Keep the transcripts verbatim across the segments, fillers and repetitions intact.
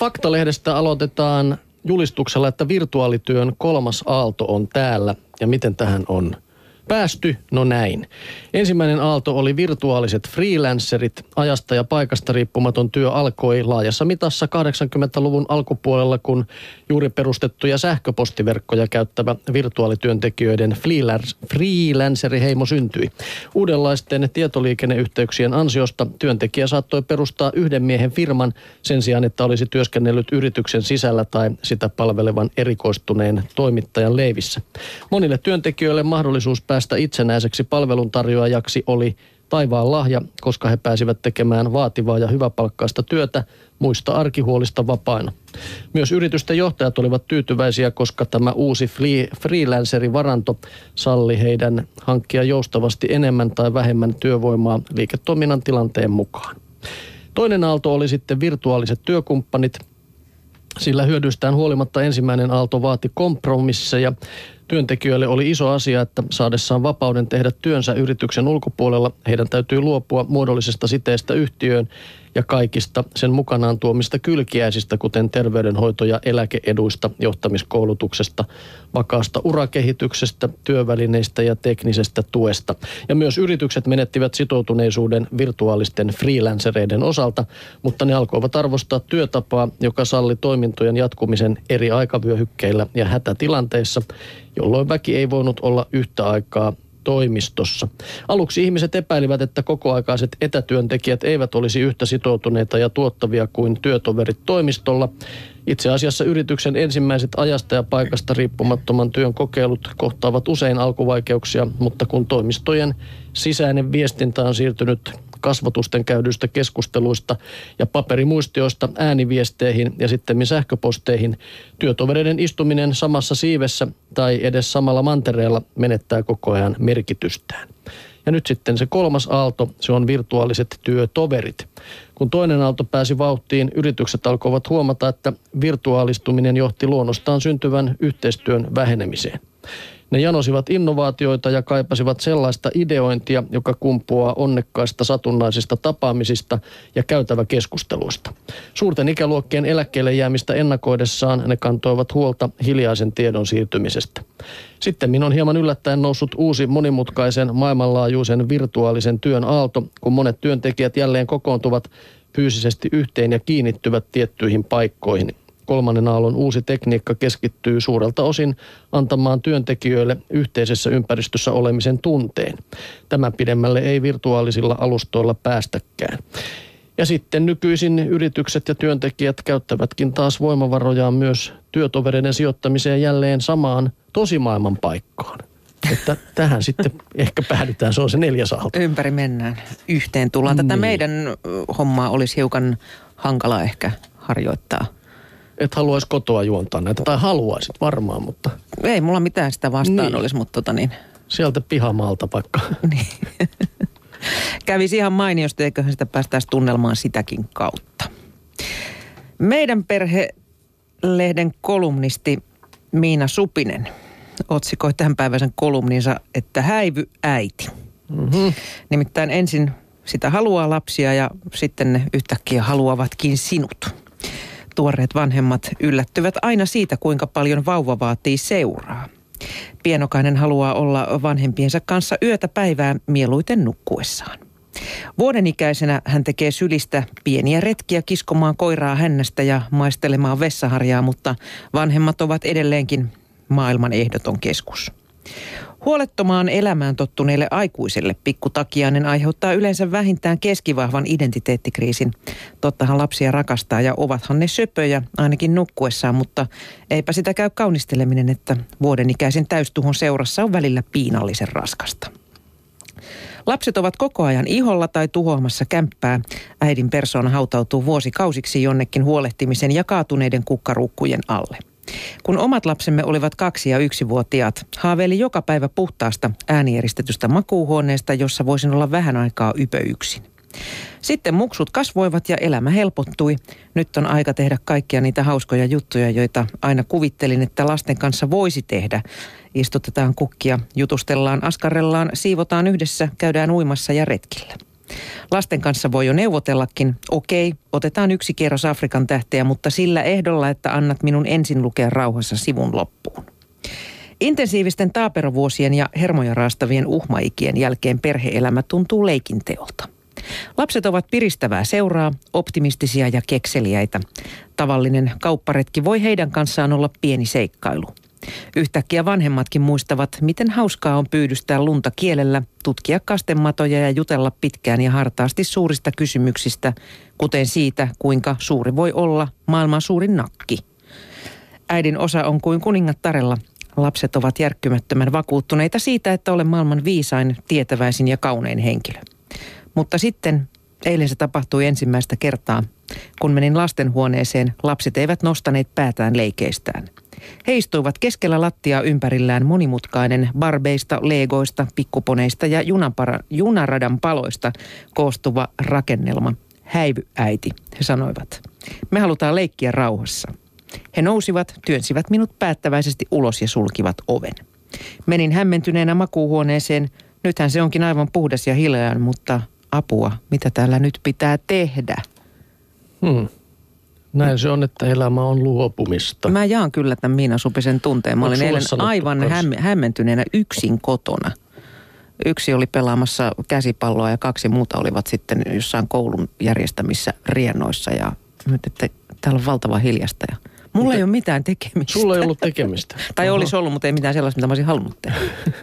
Fakta-lehdestä aloitetaan julistuksella, että virtuaalityön kolmas aalto on täällä. Ja miten tähän on päästy? No näin. Ensimmäinen aalto oli virtuaaliset freelancerit. Ajasta ja paikasta riippumaton työ alkoi laajassa mitassa kahdeksankymmentäluvun alkupuolella, kun juuri perustettuja sähköpostiverkkoja käyttävä virtuaalityöntekijöiden freelanceriheimo syntyi. Uudenlaisten tietoliikenneyhteyksien ansiosta työntekijä saattoi perustaa yhden miehen firman sen sijaan, että olisi työskennellyt yrityksen sisällä tai sitä palvelevan erikoistuneen toimittajan leivissä. Monille työntekijöille mahdollisuus päästä itsenäiseksi palveluntarjoajaksi oli taivaan lahja, koska he pääsivät tekemään vaativaa ja hyväpalkkaista työtä muista arkihuolista vapaina. Myös yritysten johtajat olivat tyytyväisiä, koska tämä uusi freelancerivaranto salli heidän hankkia joustavasti enemmän tai vähemmän työvoimaa liiketoiminnan tilanteen mukaan. Toinen aalto oli sitten virtuaaliset työkumppanit. Sillä hyödyistään huolimatta ensimmäinen aalto vaati kompromisseja. Työntekijöille oli iso asia, että saadessaan vapauden tehdä työnsä yrityksen ulkopuolella, heidän täytyy luopua muodollisesta siteestä yhtiöön ja kaikista sen mukanaan tuomista kylkiäisistä, kuten terveydenhoito- ja eläkeeduista, johtamiskoulutuksesta, vakaasta urakehityksestä, työvälineistä ja teknisestä tuesta. Ja myös yritykset menettivät sitoutuneisuuden virtuaalisten freelancereiden osalta, mutta ne alkoivat arvostaa työtapaa, joka salli toimintojen jatkumisen eri aikavyöhykkeillä ja hätätilanteissa, jolloin väki ei voinut olla yhtä aikaa toimistossa. Aluksi ihmiset epäilivät, että kokoaikaiset etätyöntekijät eivät olisi yhtä sitoutuneita ja tuottavia kuin työtoverit toimistolla. Itse asiassa yrityksen ensimmäiset ajasta ja paikasta riippumattoman työn kokeilut kohtaavat usein alkuvaikeuksia, mutta kun toimistojen sisäinen viestintä on siirtynyt kasvotusten käydyistä keskusteluista ja paperimuistioista ääniviesteihin ja sitten sähköposteihin, työtovereiden istuminen samassa siivessä tai edes samalla mantereella menettää koko ajan merkitystään. Ja nyt sitten se kolmas aalto, se on virtuaaliset työtoverit. Kun toinen aalto pääsi vauhtiin, yritykset alkoivat huomata, että virtuaalistuminen johti luonnostaan syntyvän yhteistyön vähenemiseen. Ne janosivat innovaatioita ja kaipasivat sellaista ideointia, joka kumpuaa onnekkaista satunnaisista tapaamisista ja käytäväkeskusteluista. Suurten ikäluokkien eläkkeelle jäämistä ennakoidessaan ne kantoivat huolta hiljaisen tiedon siirtymisestä. Sitten on hieman yllättäen noussut uusi monimutkaisen maailmanlaajuisen virtuaalisen työn aalto, kun monet työntekijät jälleen kokoontuvat fyysisesti yhteen ja kiinnittyvät tiettyihin paikkoihin. Kolmannen aallon uusi tekniikka keskittyy suurelta osin antamaan työntekijöille yhteisessä ympäristössä olemisen tunteen. Tämän pidemmälle ei virtuaalisilla alustoilla päästäkään. Ja sitten nykyisin yritykset ja työntekijät käyttävätkin taas voimavarojaan myös työtovereiden sijoittamiseen jälleen samaan tosimaailman paikkaan. Että tähän sitten ehkä päädytään, se on se neljäs aalto. Ympäri mennään, yhteen tullaan. Tätä niin. Meidän hommaa olisi hiukan hankala ehkä harjoittaa. Et haluaisi kotoa juontaa näitä, tai haluaisit varmaan, mutta... Ei mulla mitään sitä vastaan niin. olisi, mutta tota niin... Sieltä pihamaalta vaikka. Niin. Kävisi ihan mainiosti, eiköhän sitä päästäisi tunnelmaan sitäkin kautta. Meidän perhelehden kolumnisti Miina Supinen otsikoi tämänpäiväisen kolumninsa, että häivy äiti. Mm-hmm. Nimittäin ensin sitä haluaa lapsia ja sitten ne yhtäkkiä haluavatkin sinut. Tuoreet vanhemmat yllättyvät aina siitä, kuinka paljon vauva vaatii seuraa. Pienokainen haluaa olla vanhempiensa kanssa yötä päivää mieluiten nukkuessaan. Vuodenikäisenä hän tekee sylistä pieniä retkiä kiskomaan koiraa hännästä ja maistelemaan vessaharjaa, mutta vanhemmat ovat edelleenkin maailman ehdoton keskus. Huolettomaan elämään tottuneille aikuisille pikkutakiainen aiheuttaa yleensä vähintään keskivahvan identiteettikriisin. Tottahan lapsia rakastaa ja ovathan ne söpöjä ainakin nukkuessaan, mutta eipä sitä käy kaunisteleminen, että vuodenikäisen täystuhon seurassa on välillä piinallisen raskasta. Lapset ovat koko ajan iholla tai tuhoamassa kämppää. Äidin persoona hautautuu vuosikausiksi jonnekin huolehtimisen ja kaatuneiden kukkaruukkujen alle. Kun omat lapsemme olivat kaksi- ja yksivuotiaat, haaveili joka päivä puhtaasta äänieristetystä makuuhuoneesta, jossa voisin olla vähän aikaa ypö yksin. Sitten muksut kasvoivat ja elämä helpottui. Nyt on aika tehdä kaikkia niitä hauskoja juttuja, joita aina kuvittelin, että lasten kanssa voisi tehdä. Istutetaan kukkia, jutustellaan, askarrellaan, siivotaan yhdessä, käydään uimassa ja retkillä. Lasten kanssa voi jo neuvotellakin. Okei, otetaan yksi kierros Afrikan tähteä, mutta sillä ehdolla, että annat minun ensin lukea rauhassa sivun loppuun. Intensiivisten taaperovuosien ja hermoja raastavien uhmaikien jälkeen perhe-elämä tuntuu leikinteolta. Lapset ovat piristävää seuraa, optimistisia ja kekseliäitä. Tavallinen kaupparetki voi heidän kanssaan olla pieni seikkailu. Yhtäkkiä vanhemmatkin muistavat, miten hauskaa on pyydystää lunta kielellä, tutkia kastematoja ja jutella pitkään ja hartaasti suurista kysymyksistä, kuten siitä, kuinka suuri voi olla maailman suurin nakki. Äidin osa on kuin kuningattarella. Lapset ovat järkkymättömän vakuuttuneita siitä, että olen maailman viisain, tietäväisin ja kaunein henkilö. Mutta sitten eilen se tapahtui ensimmäistä kertaa. Kun menin lastenhuoneeseen, lapset eivät nostaneet päätään leikeistään. He istuivat keskellä lattiaa ympärillään monimutkainen barbeista, legoista, pikkuponeista ja junapara, junaradan paloista koostuva rakennelma. Häivy äiti, he sanoivat. Me halutaan leikkiä rauhassa. He nousivat, työnsivät minut päättäväisesti ulos ja sulkivat oven. Menin hämmentyneenä makuuhuoneeseen. Nythän se onkin aivan puhdas ja hiljaa, mutta apua, mitä täällä nyt pitää tehdä? Hmm. Näin se on, että elämä on luopumista. Mä jaan kyllä tämän Miina Supisen tunteen. Mä Onko olin eilen aivan häm- hämmentyneenä yksin kotona. Yksi oli pelaamassa käsipalloa ja kaksi muuta olivat sitten jossain koulun järjestämissä riennoissa. Ja nyt, että täällä on valtava hiljasta ja mulla mitä? Ei ole mitään tekemistä. Sulla ei ollut tekemistä. Tai Oho. Olisi ollut, mutta ei mitään sellaista, mitä mä olisin halunnut tehdä.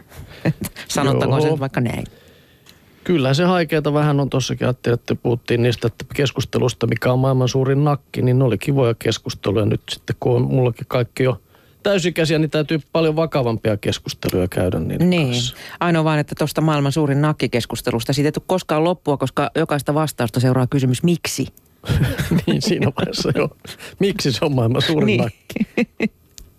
Sanottakoon se vaikka näin. Kyllä se haikeeta vähän on tossakin. Ajattelin, että puhuttiin niistä että keskustelusta, mikä on maailman suurin nakki, niin ne oli kivoja keskusteluja. Nyt sitten kun on mullakin kaikki jo täysikäisiä, niin täytyy paljon vakavampia keskusteluja käydä niiden niin. kanssa. Ainoa vaan, että tuosta maailman suurin nakkikeskustelusta siitä ei tule koskaan loppua, koska jokaista vastausta seuraa kysymys, miksi? Niin siinä vaiheessa jo. Miksi se on maailman suurin niin. nakki?